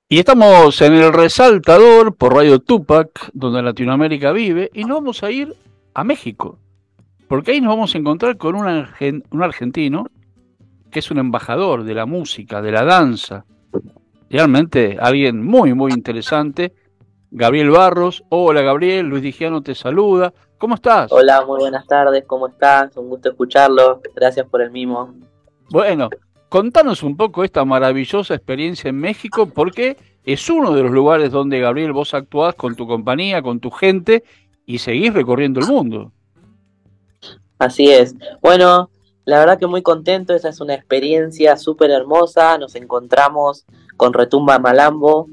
Y estamos en el Resaltador por Radio Tupac, donde Latinoamérica vive, y nos vamos a ir a México, porque ahí nos vamos a encontrar con un argentino que es un embajador de la música, de la danza, realmente alguien muy, muy interesante, Gabriel Barros. Hola Gabriel, Luis Digiano te saluda. ¿Cómo estás? Hola, muy buenas tardes, ¿cómo estás? Un gusto escucharlo, gracias por el mimo. Bueno, contanos un poco esta maravillosa experiencia en México, porque es uno de los lugares donde, Gabriel, vos actuás con tu compañía, con tu gente, y seguís recorriendo el mundo. Así es. Bueno, la verdad que muy contento, esa es una experiencia súper hermosa. Nos encontramos con Retumba Malambo,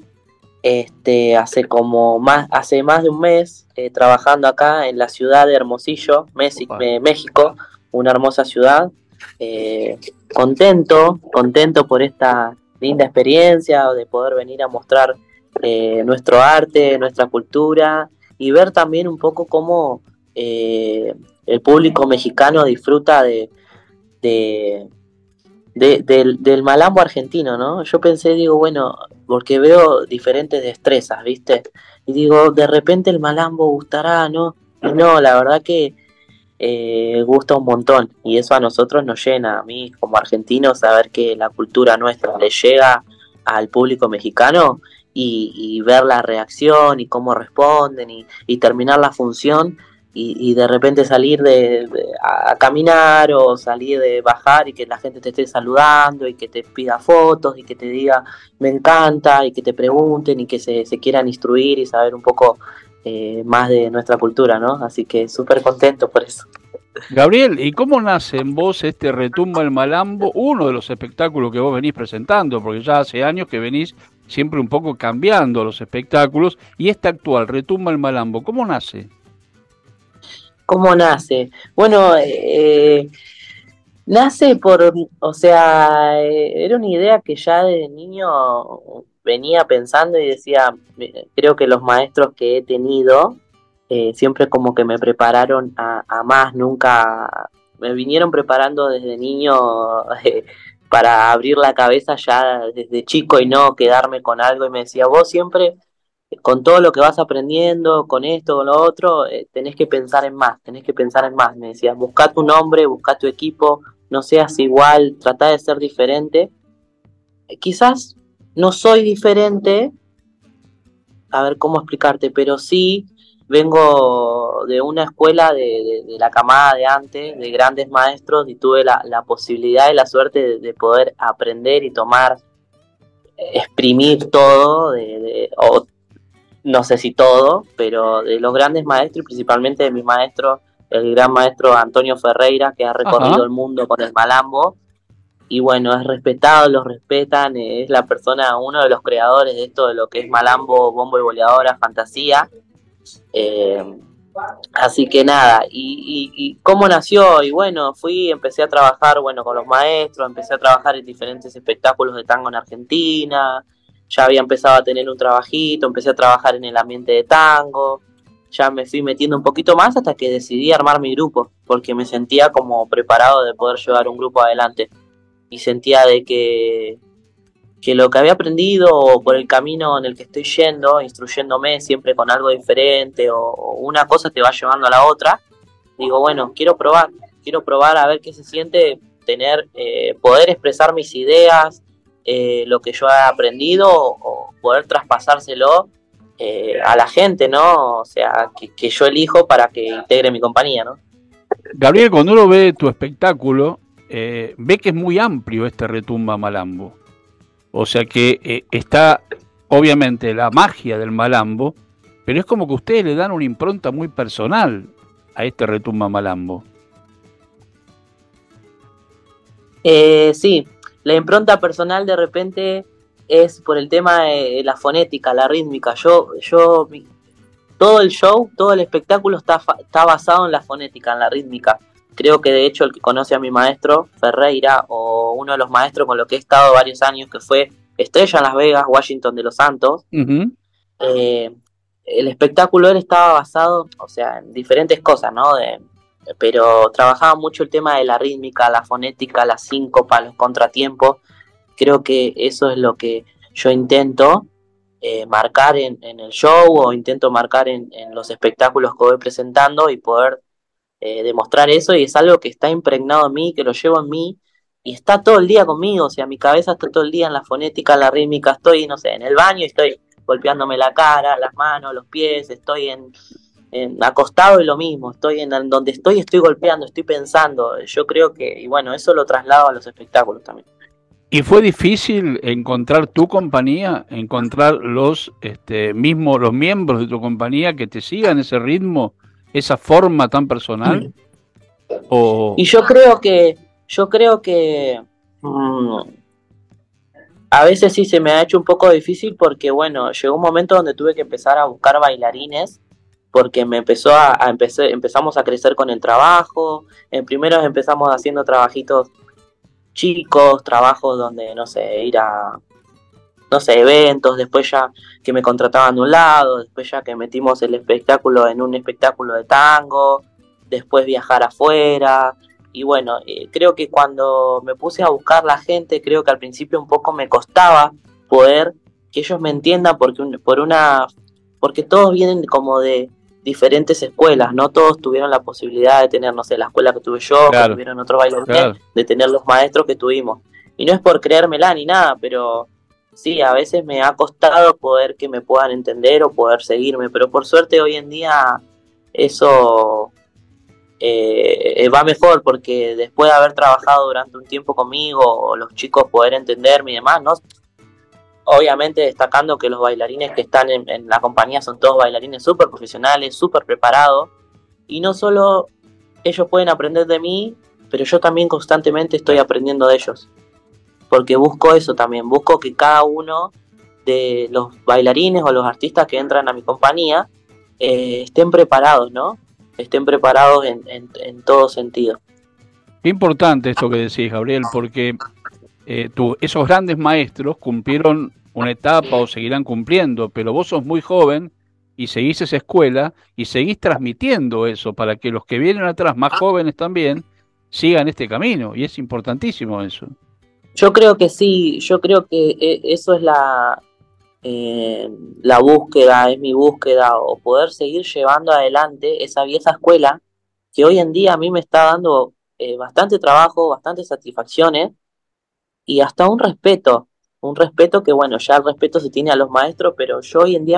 hace más de un mes, trabajando acá en la ciudad de Hermosillo, Opa. México, una hermosa ciudad. Eh, contento por esta linda experiencia de poder venir a mostrar nuestro arte, nuestra cultura y ver también un poco cómo el público mexicano disfruta de, del malambo argentino, ¿no? Yo pensé, digo, bueno, porque veo diferentes destrezas, ¿viste? Y digo, de repente el malambo gustará, ¿no? Y no, la verdad que gusta un montón y eso a nosotros nos llena, a mí como argentino, saber que la cultura nuestra le llega al público mexicano y ver la reacción y cómo responden y terminar la función y de repente salir a caminar o salir de bajar y que la gente te esté saludando y que te pida fotos y que te diga me encanta y que te pregunten y que se quieran instruir y saber un poco más de nuestra cultura, ¿no? Así que súper contento por eso. Gabriel, ¿y cómo nace en vos este Retumba el Malambo, uno de los espectáculos que vos venís presentando? Porque ya hace años que venís siempre un poco cambiando los espectáculos, y este actual, Retumba el Malambo, ¿cómo nace? ¿Cómo nace? Bueno, nace por, o sea, era una idea que ya desde niño venía pensando y decía, creo que los maestros que he tenido siempre como que me prepararon a más, nunca me vinieron preparando desde niño para abrir la cabeza ya desde chico y no quedarme con algo y me decía, vos siempre con todo lo que vas aprendiendo, con esto, con lo otro, tenés que pensar en más, tenés que pensar en más. Me decías, busca tu nombre, busca tu equipo, no seas igual, trata de ser diferente. Quizás no soy diferente, a ver cómo explicarte, pero sí vengo de una escuela de la camada de antes, de grandes maestros, y tuve la posibilidad y la suerte de poder aprender y tomar, exprimir todo, o no sé si todo, pero de los grandes maestros y principalmente de mi maestro, el gran maestro Antonio Ferreira, que ha Ajá. recorrido el mundo con el malambo. Y bueno, es respetado, lo respetan, es la persona, uno de los creadores de esto, de lo que es malambo, bombo y boleadora, fantasía. Eh, Así que nada, y cómo nació, y bueno, empecé a trabajar, bueno, con los maestros, empecé a trabajar en diferentes espectáculos de tango en Argentina, ya había empezado a tener un trabajito, empecé a trabajar en el ambiente de tango, ya me fui metiendo un poquito más hasta que decidí armar mi grupo, porque me sentía como preparado de poder llevar un grupo adelante, y sentía de que lo que había aprendido o por el camino en el que estoy yendo, instruyéndome siempre con algo diferente o una cosa te va llevando a la otra, digo, bueno, quiero probar a ver qué se siente tener, poder expresar mis ideas, lo que yo he aprendido o poder traspasárselo a la gente, ¿no? O sea, que yo elijo para que integre mi compañía, ¿no? Gabriel, cuando uno ve tu espectáculo, ve que es muy amplio este Retumba Malambo. O sea que está, obviamente, la magia del Malambo, pero es como que ustedes le dan una impronta muy personal a este Retumba Malambo. Sí, la impronta personal de repente es por el tema de la fonética, la rítmica. Todo el show, todo el espectáculo está basado en la fonética, en la rítmica. Creo que de hecho el que conoce a mi maestro Ferreira o uno de los maestros con los que he estado varios años, que fue Estrella en Las Vegas, Washington de los Santos, Ujú. eh, el espectáculo él estaba basado, o sea, en diferentes cosas, ¿no? Pero trabajaba mucho el tema de la rítmica, la fonética, la síncopa, los contratiempos. Creo que eso es lo que yo intento. marcar en el show o intento marcar en los espectáculos que voy presentando y poder demostrar eso, y es algo que está impregnado en mí, que lo llevo en mí y está todo el día conmigo, o sea, mi cabeza está todo el día en la fonética, en la rítmica, estoy, no sé, en el baño y estoy golpeándome la cara, las manos, los pies, estoy en acostado y lo mismo, estoy en donde estoy golpeando, estoy pensando, yo creo que, y bueno, eso lo traslado a los espectáculos también. ¿Y fue difícil encontrar tu compañía, encontrar los miembros de tu compañía que te sigan ese ritmo, esa forma tan personal? O... Y yo creo que a veces sí se me ha hecho un poco difícil porque, bueno, llegó un momento donde tuve que empezar a buscar bailarines porque me empezamos a crecer con el trabajo. Primero empezamos haciendo trabajitos chicos, trabajos donde, no sé, ir a, no sé, eventos, después ya que me contrataban de un lado, después ya que metimos el espectáculo en un espectáculo de tango, después viajar afuera. Y bueno, creo que cuando me puse a buscar la gente, creo que al principio un poco me costaba poder que ellos me entiendan porque todos vienen como de diferentes escuelas, no todos tuvieron la posibilidad de tener, no sé, la escuela que tuve yo, Claro, que tuvieron otros bailarines, claro. de tener los maestros que tuvimos. Y no es por creérmela ni nada, pero sí, a veces me ha costado poder que me puedan entender o poder seguirme, pero por suerte hoy en día eso va mejor porque después de haber trabajado durante un tiempo conmigo, los chicos poder entenderme y demás, ¿no? Obviamente destacando que los bailarines que están en la compañía son todos bailarines súper profesionales, súper preparados, y no solo ellos pueden aprender de mí, pero yo también constantemente estoy aprendiendo de ellos, porque busco eso también, busco que cada uno de los bailarines o los artistas que entran a mi compañía estén preparados, ¿no? Estén preparados en todo sentido. Qué importante esto que decís, Gabriel, porque esos grandes maestros cumplieron una etapa o seguirán cumpliendo, pero vos sos muy joven y seguís esa escuela y seguís transmitiendo eso para que los que vienen atrás, más jóvenes también, sigan este camino. Y es importantísimo eso. Yo creo que sí, yo creo que eso es la búsqueda, es mi búsqueda, o poder seguir llevando adelante esa vieja escuela que hoy en día a mí me está dando bastante trabajo, bastantes satisfacciones y hasta un respeto que bueno, ya el respeto se tiene a los maestros, pero yo hoy en día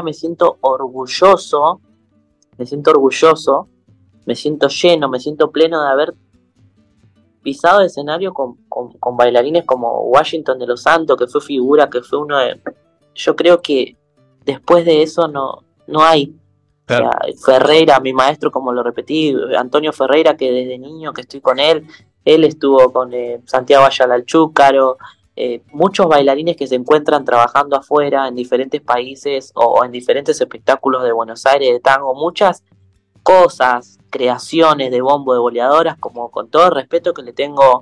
me siento orgulloso, me siento lleno, me siento pleno de haber pisado el escenario con bailarines como Washington de los Santos, que fue figura, que fue uno de... Yo creo que después de eso no hay. O Claro. sea, Ferreira, mi maestro, como lo repetí, Antonio Ferreira, que desde niño que estoy con él estuvo con Santiago Ayala el Chúcaro, muchos bailarines que se encuentran trabajando afuera en diferentes países o en diferentes espectáculos de Buenos Aires de tango, muchas cosas, creaciones de bombo de boleadoras, como con todo el respeto que le tengo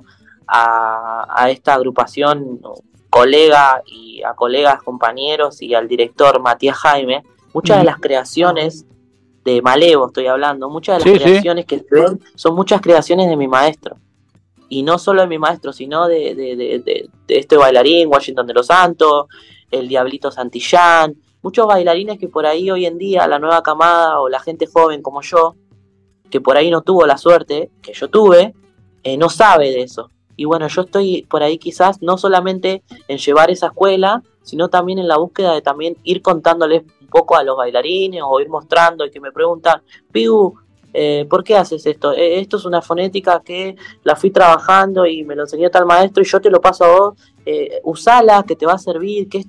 a esta agrupación, colega y a colegas, compañeros y al director Matías Jaime, muchas de las creaciones de Malevo estoy hablando, muchas de las creaciones que se ven son muchas creaciones de mi maestro. Y no solo de mi maestro, sino de este bailarín, Washington de los Santos, el Diablito Santillán, muchos bailarines que por ahí hoy en día, la nueva camada o la gente joven como yo, que por ahí no tuvo la suerte que yo tuve, no sabe de eso. Y bueno, yo estoy por ahí quizás no solamente en llevar esa escuela, sino también en la búsqueda de también ir contándoles un poco a los bailarines o ir mostrando y que me preguntan, Piu, ¿por qué haces esto? Esto es una fonética que la fui trabajando y me lo enseñó tal maestro y yo te lo paso a vos, usala, que te va a servir, que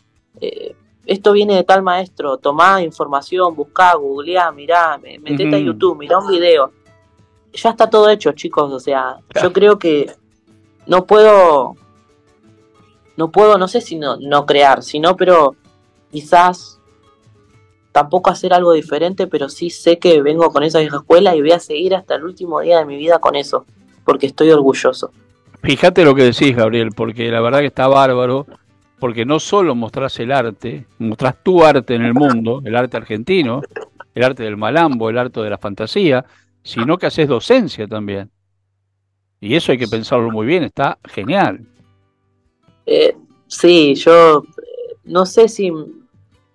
esto viene de tal maestro, tomá información, buscá, googleá, mirá, metete a YouTube, mirá un video. Ya está todo hecho, chicos, o sea, yo creo que no puedo, no sé si no crear, sino, pero quizás tampoco hacer algo diferente, pero sí sé que vengo con esa vieja escuela y voy a seguir hasta el último día de mi vida con eso, porque estoy orgulloso. Fíjate lo que decís, Gabriel, porque la verdad que está bárbaro, porque no solo mostrás el arte, mostrás tu arte en el mundo, el arte argentino, el arte del malambo, el arte de la fantasía, sino que haces docencia también. Y eso hay que pensarlo muy bien, está genial. Sí, yo no sé si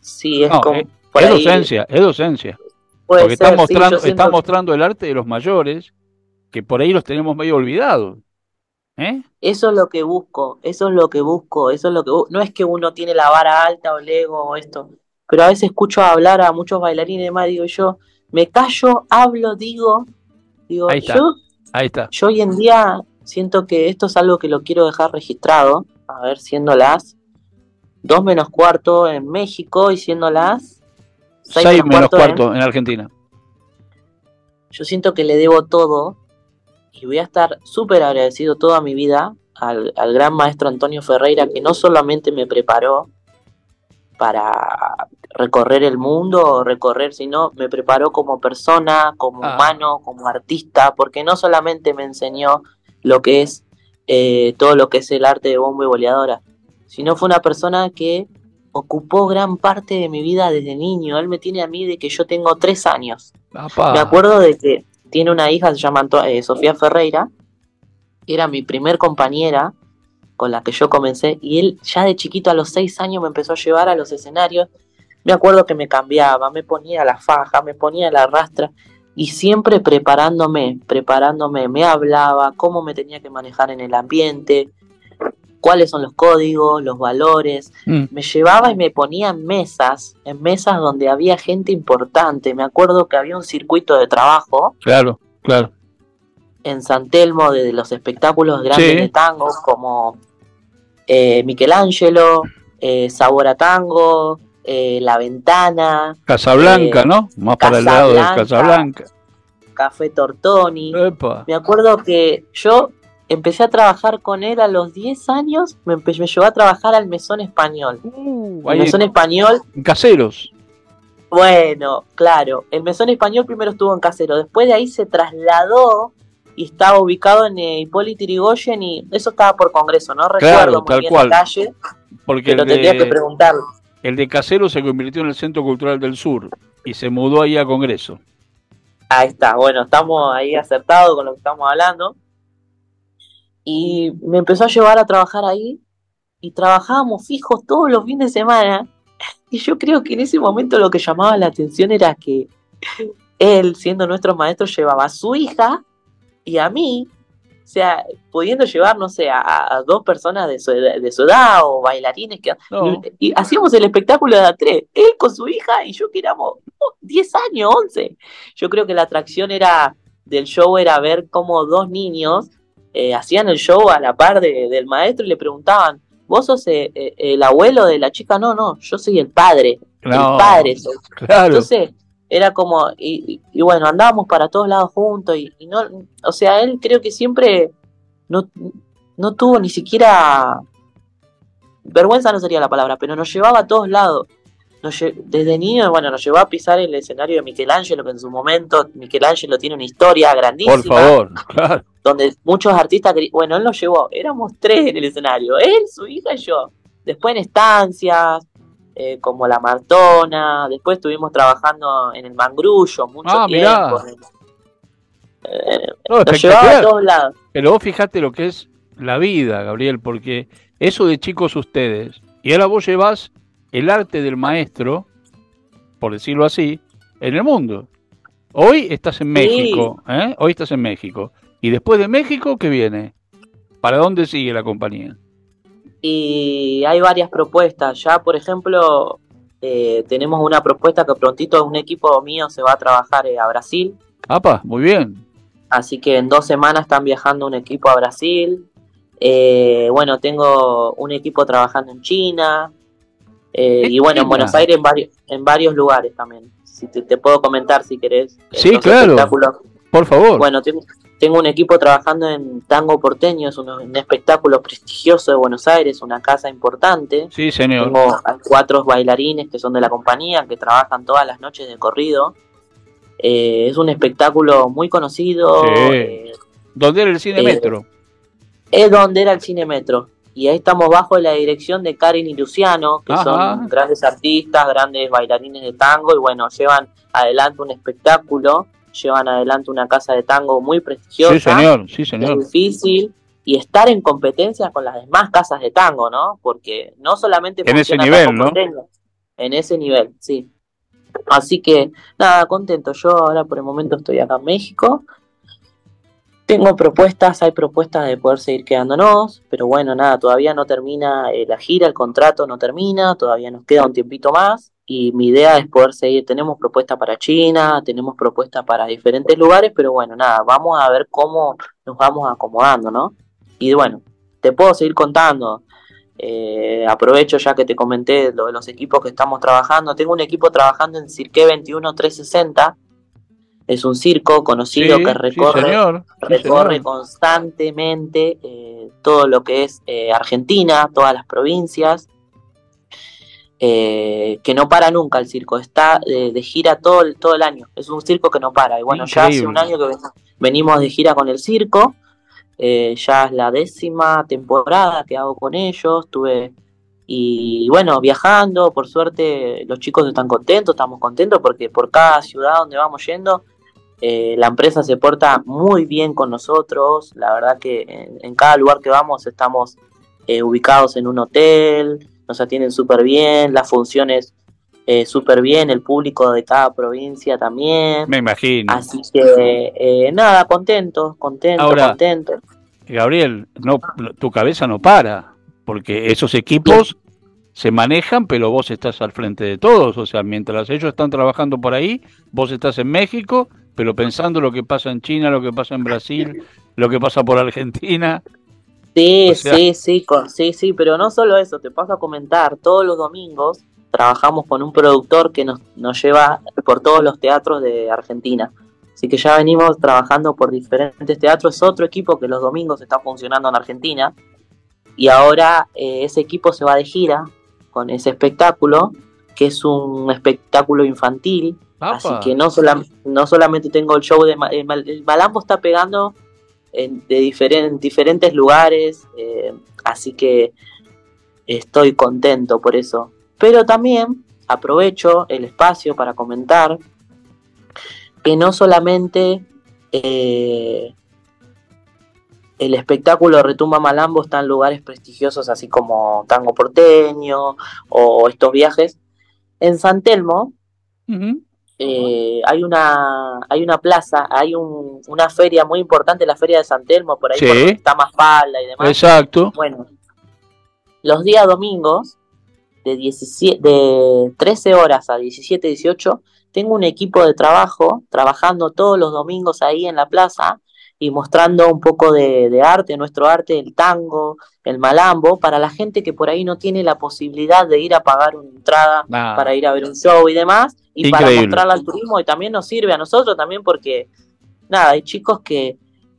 sí, es No, como por es ahí, docencia, es docencia. puede Porque ser, sí, yo está siento. mostrando el arte de los mayores, que por ahí los tenemos medio olvidados. ¿Eh? Eso es lo que busco, eso es lo que busco, eso es lo que no es que uno tiene la vara alta o el ego o esto, pero a veces escucho hablar a muchos bailarines más, digo yo, me callo, hablo, digo, Ahí está, ahí está. yo hoy en día siento que esto es algo que lo quiero dejar registrado, a ver, siendo las 2 menos cuarto en México y siendo las 6 Seis menos menos cuarto en... cuarto en Argentina. Yo siento que le debo todo y voy a estar súper agradecido toda mi vida al gran maestro Antonio Ferreira, que no solamente me preparó para recorrer el mundo, recorrer, sino me preparó como persona, como Ah, humano, como artista, porque no solamente me enseñó lo que es todo lo que es el arte de bombo y boleadora, sino fue una persona que ocupó gran parte de mi vida desde niño. Él me tiene a mí de que yo tengo 3 años. Me papá. acuerdo de que tiene una hija, se llama Sofía Ferreira, era mi primer compañera con la que yo comencé, y él ya de chiquito a los 6 años me empezó a llevar a los escenarios. Me acuerdo que me cambiaba, me ponía la faja, me ponía la rastra, y siempre preparándome, me hablaba cómo me tenía que manejar en el ambiente, cuáles son los códigos, los valores. Mm, Me llevaba y me ponía en mesas donde había gente importante. Me acuerdo que había un circuito de trabajo claro, claro. en San Telmo de los espectáculos grandes de Sí, tango como Michelangelo, Sabor a Tango, La Ventana, Casablanca, ¿no? Más para el lado de Casablanca, Casablanca. Café Tortoni. Epa. Me acuerdo que yo empecé a trabajar con él a los 10 años, me llevó a trabajar al Mesón Español. El Ahí Mesón Español, en Caseros. bueno, claro, el Mesón Español primero estuvo en Casero, después de ahí se trasladó y estaba ubicado en Hipólito Yrigoyen, y eso estaba por Congreso, no Claro, recuerdo muy tal bien la cual. calle, Porque pero tendría que preguntarlo. el de Caseros se convirtió en el Centro Cultural del Sur y se mudó ahí a Congreso. Ahí está, bueno, estamos ahí acertados con lo que estamos hablando. Y me empezó a llevar a trabajar ahí y trabajábamos fijos todos los fines de semana. Y yo creo que en ese momento lo que llamaba la atención era que él, siendo nuestro maestro, llevaba a su hija y a mí, o sea, pudiendo llevar, no sé, a 2 personas de su edad o bailarines No, y hacíamos el espectáculo de a 3, él con su hija y yo que éramos 10 años, 11. Yo creo que la atracción del show era ver cómo 2 niños hacían el show a la par del maestro y le preguntaban, ¿vos sos el abuelo de la chica? No, no, yo soy el no, padre soy. claro. Entonces, era como, y bueno, andábamos para todos lados juntos y no, o sea, él creo que siempre no, no tuvo ni siquiera, vergüenza no sería la palabra, pero nos llevaba a todos lados. Desde niño, bueno, nos llevó a pisar el escenario de Michelangelo, que en su momento Michelangelo tiene una historia Por grandísima, favor, claro. donde muchos artistas, bueno, él nos llevó, éramos 3 en el escenario, él, su hija y yo. Después en estancias, como La Martona, después estuvimos trabajando en el Mangrullo mucho Ah, tiempo. mirá. No, Nos llevaba a espectacular. todos lados. Pero vos fijate lo que es la vida, Gabriel, porque eso de chicos ustedes, y ahora vos llevas el arte del maestro, por decirlo así, en el mundo. Hoy estás en Sí, México, ¿eh? Hoy estás en México. Y después de México, ¿qué viene? ¿Para dónde sigue la compañía? y hay varias propuestas. Ya, por ejemplo, tenemos una propuesta que prontito un equipo mío se va a trabajar a Brasil. ¡Apa! Muy bien. Así que en 2 semanas están viajando un equipo a Brasil. Bueno, tengo un equipo trabajando en China. En Y bueno, en Buenos China. Aires en varios lugares también. Si te puedo comentar si querés Sí, los claro. espectáculos. Por favor. Bueno, tengo un equipo trabajando en Tango Porteño, es un espectáculo prestigioso de Buenos Aires, una casa importante. Sí, señor. Tengo a 4 bailarines que son de la compañía, que trabajan todas las noches de corrido. Es un espectáculo muy conocido. Sí. ¿Dónde era el Cine Metro? Es donde era el Cine Metro. Y ahí estamos bajo la dirección de Karen y Luciano, que Ajá. son grandes artistas, grandes bailarines de tango, y bueno, llevan adelante un espectáculo, llevan adelante una casa de tango muy prestigiosa. Sí, señor. Sí, Es señor. difícil, y estar en competencia con las demás casas de tango, ¿no? Porque no solamente En ese funciona nivel, Tango ¿no? Porteño, en ese nivel, sí. Así que, nada, contento. Yo ahora por el momento estoy acá en México. Tengo propuestas, hay propuestas de poder seguir quedándonos, pero bueno, nada, todavía no termina la gira, el contrato no termina, todavía nos queda un tiempito más y mi idea es poder seguir, tenemos propuestas para China, tenemos propuestas para diferentes lugares, pero bueno, nada, vamos a ver cómo nos vamos acomodando, ¿no? Y bueno, te puedo seguir contando, aprovecho ya que te comenté lo de los equipos que estamos trabajando, tengo un equipo trabajando en Cirque 21360. Es un circo conocido que recorre constantemente todo lo que es Argentina, todas las provincias, que no para nunca el circo, está de gira todo el año, es un circo que no para. Y bueno, increíble. Ya hace un año que venimos de gira con el circo, ya es la 10ª temporada que hago con ellos, y bueno, viajando, por suerte los chicos están contentos, estamos contentos porque por cada ciudad donde vamos yendo, la empresa se porta muy bien con nosotros. La verdad que en cada lugar que vamos estamos ubicados en un hotel, nos atienden súper bien, las funciones súper bien, el público de cada provincia también. Me imagino. Así que nada, contento. Ahora, Gabriel, no, tu cabeza no para, porque esos equipos se manejan, pero vos estás al frente de todos. O sea, mientras ellos están trabajando por ahí, vos estás en México, pero pensando lo que pasa en China, lo que pasa en Brasil, lo que pasa por Argentina. Sí, o sea... sí, pero no solo eso, te paso a comentar, todos los domingos trabajamos con un productor que nos lleva por todos los teatros de Argentina. Así que ya venimos trabajando por diferentes teatros, es otro equipo que los domingos está funcionando en Argentina, y ahora ese equipo se va de gira con ese espectáculo, que es un espectáculo infantil. ¡Apa! Así que no solamente tengo el show de el Malambo está pegando de diferentes lugares, así que estoy contento por eso. Pero también aprovecho el espacio para comentar que no solamente el espectáculo Retumba Malambo está en lugares prestigiosos así como Tango Porteño o estos viajes. En San Telmo hay una plaza, hay una feria muy importante, la feria de San Telmo, por ahí porque está Mafalda y demás. Exacto. Bueno, los días domingos de 13 horas a 17, 18 tengo un equipo de trabajo trabajando todos los domingos ahí en la plaza y mostrando un poco de arte, nuestro arte, el tango, el malambo, para la gente que por ahí no tiene la posibilidad de ir a pagar una entrada para ir a ver un show y demás, y increíble. Para mostrarla al turismo, y también nos sirve a nosotros también porque, nada, hay chicos que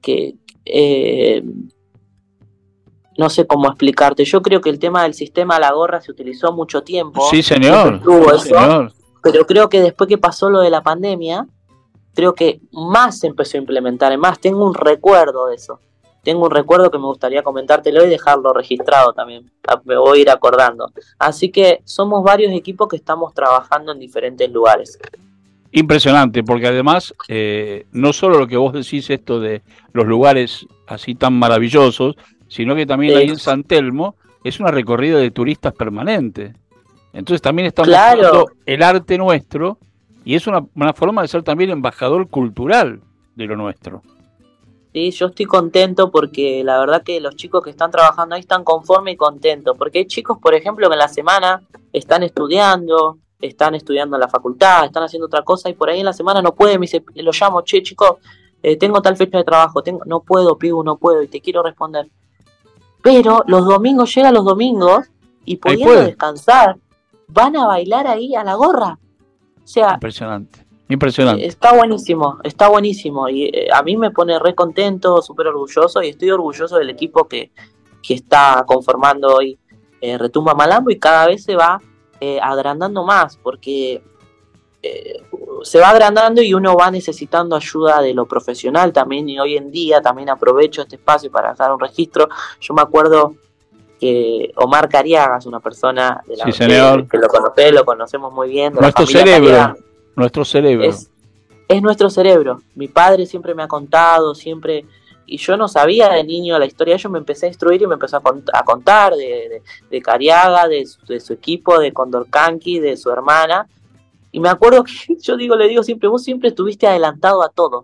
no sé cómo explicarte, yo creo que el tema del sistema a la gorra se utilizó mucho tiempo. Sí, señor. Señor. Pero creo que después que pasó lo de la pandemia, creo que más se empezó a implementar. Además, tengo un recuerdo de eso. Tengo un recuerdo que me gustaría comentártelo y dejarlo registrado también. Me voy a ir acordando. Así que somos varios equipos que estamos trabajando en diferentes lugares. Impresionante, porque además, no solo lo que vos decís esto de los lugares así tan maravillosos, sino que también ahí en San Telmo es una recorrida de turistas permanente. Entonces también estamos mostrando el arte nuestro y es una forma de ser también embajador cultural de lo nuestro. Sí, yo estoy contento porque la verdad que los chicos que están trabajando ahí están conformes y contentos, porque hay chicos, por ejemplo, que en la semana están estudiando en la facultad, están haciendo otra cosa y por ahí en la semana no pueden, me dice, lo llamo, che, chicos, tengo tal fecha de trabajo, no puedo, Pigu, no puedo y te quiero responder. Pero los domingos, llegan los domingos y pudiendo descansar, van a bailar ahí a la gorra. O sea, impresionante. Está buenísimo y a mí me pone re contento, súper orgulloso y estoy orgulloso del equipo que está conformando hoy Retumba Malambo y cada vez se va agrandando más porque se va agrandando y uno va necesitando ayuda de lo profesional también y hoy en día también aprovecho este espacio para hacer un registro. Yo me acuerdo que Omar Cariaga es una persona de la que lo conocemos muy bien. Nuestro cerebro. Nuestro cerebro. Es nuestro cerebro. Mi padre siempre me ha contado, siempre, y yo no sabía de niño la historia de ellos, me empecé a instruir y me empezó a contar de Cariaga, de su equipo, de Condorcanqui, de su hermana. Y me acuerdo que le digo siempre, vos siempre estuviste adelantado a todo.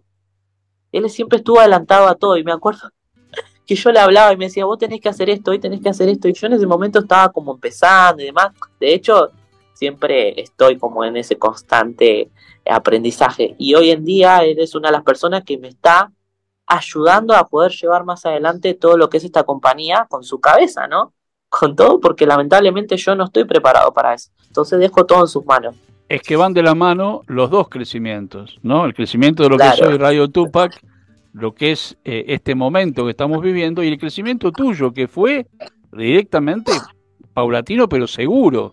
Él siempre estuvo adelantado a todo, y me acuerdo que yo le hablaba y me decía, vos tenés que hacer esto, hoy tenés que hacer esto, y yo en ese momento estaba como empezando y demás. De hecho, siempre estoy como en ese constante aprendizaje, y hoy en día él es una de las personas que me está ayudando a poder llevar más adelante todo lo que es esta compañía con su cabeza, ¿no? Con todo, porque lamentablemente yo no estoy preparado para eso. Entonces dejo todo en sus manos. Es que van de la mano los dos crecimientos, ¿no? El crecimiento de lo que soy Radio Tupac, lo que es este momento que estamos viviendo, y el crecimiento tuyo, que fue directamente paulatino, pero seguro,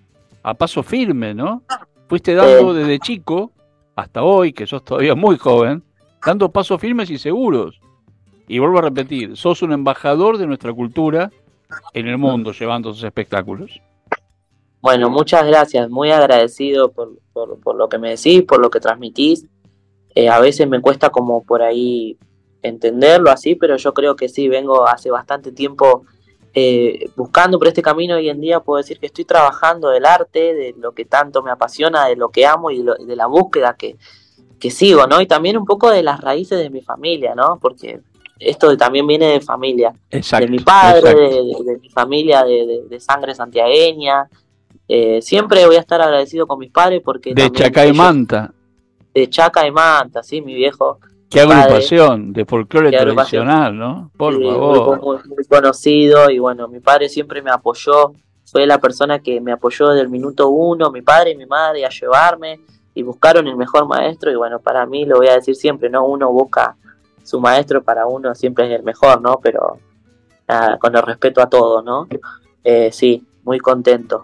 a paso firme, ¿no? Fuiste dando desde chico hasta hoy, que sos todavía muy joven, dando pasos firmes y seguros. Y vuelvo a repetir, sos un embajador de nuestra cultura en el mundo, llevando sus espectáculos. Bueno, muchas gracias, muy agradecido por lo que me decís, por lo que transmitís. A veces me cuesta como por ahí entenderlo así, pero yo creo que sí, vengo hace bastante tiempo buscando por este camino. Hoy en día puedo decir que estoy trabajando del arte, de lo que tanto me apasiona, de lo que amo y de la búsqueda que sigo, ¿no? Y también un poco de las raíces de mi familia, ¿no? Porque esto también viene de familia. Exacto, de mi padre, de mi familia, de sangre santiagueña. Siempre voy a estar agradecido con mis padres porque... De Chacaimanta. De Chacaimanta, sí, mi viejo. Qué agrupación de folclore tradicional, ¿no? Por favor. Muy conocido, y bueno, mi padre siempre me apoyó, fue la persona que me apoyó desde el minuto uno, mi padre y mi madre, a llevarme, y buscaron el mejor maestro, y bueno, para mí, lo voy a decir siempre, ¿no? Uno busca su maestro, para uno siempre es el mejor, ¿no? Pero con el respeto a todos, ¿no? Sí, muy contento.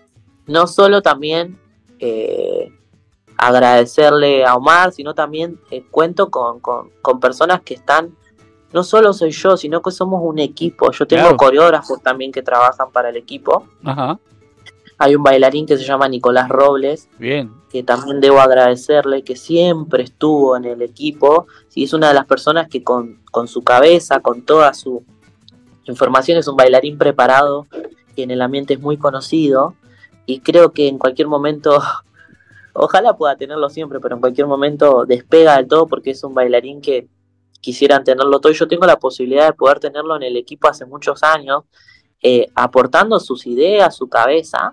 No solo también agradecerle a Omar, sino también cuento con personas que están, no solo soy yo, sino que somos un equipo. Yo tengo coreógrafos también que trabajan para el equipo. Ajá. Hay un bailarín que se llama Nicolás Robles, bien, que también debo agradecerle, que siempre estuvo en el equipo, y es una de las personas que con su cabeza, con toda su información, es un bailarín preparado, que en el ambiente es muy conocido, y creo que en cualquier momento, ojalá pueda tenerlo siempre, pero en cualquier momento despega del todo, porque es un bailarín que quisieran tenerlo todo, y yo tengo la posibilidad de poder tenerlo en el equipo hace muchos años, aportando sus ideas, su cabeza,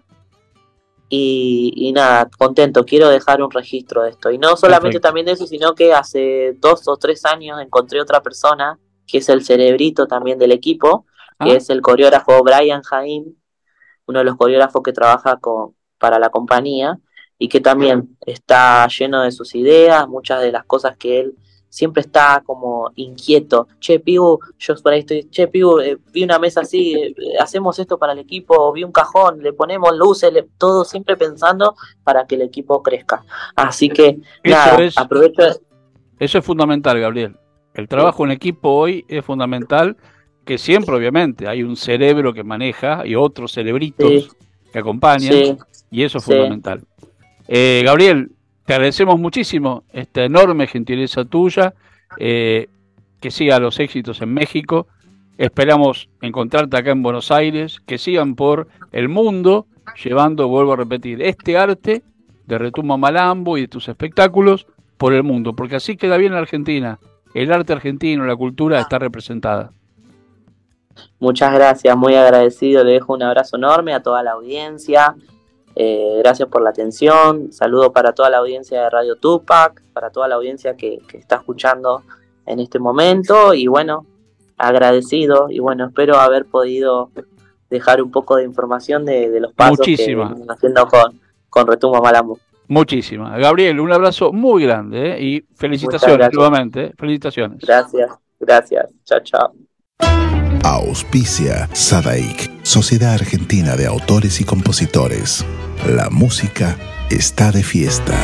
y nada, contento, quiero dejar un registro de esto, y no solamente también de eso, sino que hace 2 o 3 años encontré otra persona, que es el cerebrito también del equipo, que es el coreógrafo Brian Jaim, uno de los coreógrafos que trabaja para la compañía, y que también está lleno de sus ideas, muchas de las cosas que él siempre está como inquieto. Che, Pibu, yo por ahí estoy, che, Pibu, vi una mesa así, hacemos esto para el equipo, vi un cajón, le ponemos luces, todo siempre pensando para que el equipo crezca. Así que, aprovecho. Eso es fundamental, Gabriel. El trabajo en equipo hoy es fundamental, que siempre, obviamente, hay un cerebro que maneja y otros cerebritos que acompañan, y eso es fundamental. Gabriel, te agradecemos muchísimo esta enorme gentileza tuya, que siga los éxitos en México, esperamos encontrarte acá en Buenos Aires, que sigan por el mundo llevando, vuelvo a repetir, este arte de Retumba Malambo y de tus espectáculos por el mundo, porque así queda bien la Argentina, el arte argentino, la cultura está representada. Muchas gracias, muy agradecido, le dejo un abrazo enorme a toda la audiencia. Gracias por la atención, saludo para toda la audiencia de Radio Tupac, para toda la audiencia que está escuchando en este momento, y bueno, agradecido, y bueno, espero haber podido dejar un poco de información de los pasos que estamos haciendo con Retumba Malambo. Muchísimas. Gabriel, un abrazo muy grande, y felicitaciones nuevamente, felicitaciones. Gracias, chao. Auspicia SADAIC, Sociedad Argentina de Autores y Compositores. La música está de fiesta.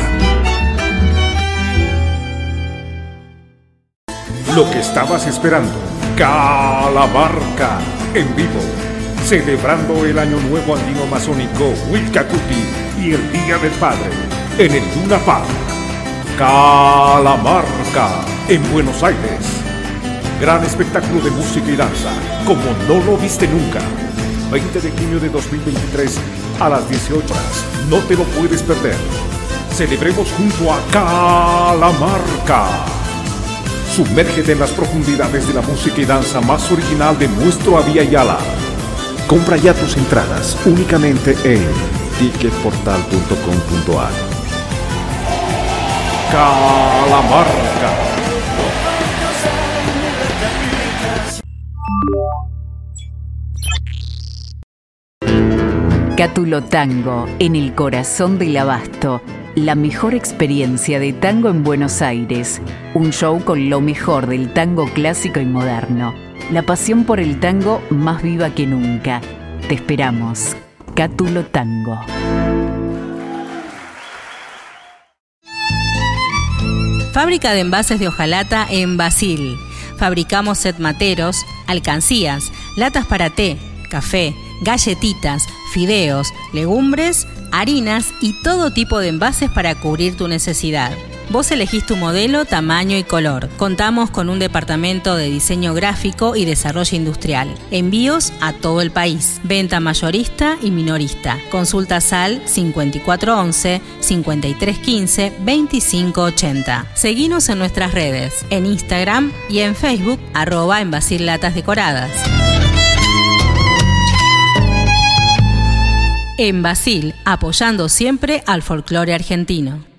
Lo que estabas esperando, Calamarca en vivo, celebrando el Año Nuevo Andino Masónico Huilcacuti y el Día del Padre en el Luna Park. Calamarca en Buenos Aires. Gran espectáculo de música y danza, como no lo viste nunca. 20 de junio de 2023 a las 18 horas. No te lo puedes perder. Celebremos junto a Calamarca. Sumérgete en las profundidades de la música y danza más original de nuestro Abya Yala. Compra ya tus entradas únicamente en ticketportal.com.ar. Calamarca. Cátulo Tango, en el corazón del Abasto. La mejor experiencia de tango en Buenos Aires. Un show con lo mejor del tango clásico y moderno. La pasión por el tango más viva que nunca. Te esperamos. Cátulo Tango. Fábrica de envases de hojalata en Basil. Fabricamos set materos, alcancías, latas para té, café, galletitas, fideos, legumbres, harinas y todo tipo de envases para cubrir tu necesidad. Vos elegís tu modelo, tamaño y color. Contamos con un departamento de diseño gráfico y desarrollo industrial. Envíos a todo el país. Venta mayorista y minorista. Consultas al 5411-5315-2580. Seguinos en nuestras redes, en Instagram y en Facebook, @en Basil Latas Decoradas. En Basil, apoyando siempre al folclore argentino.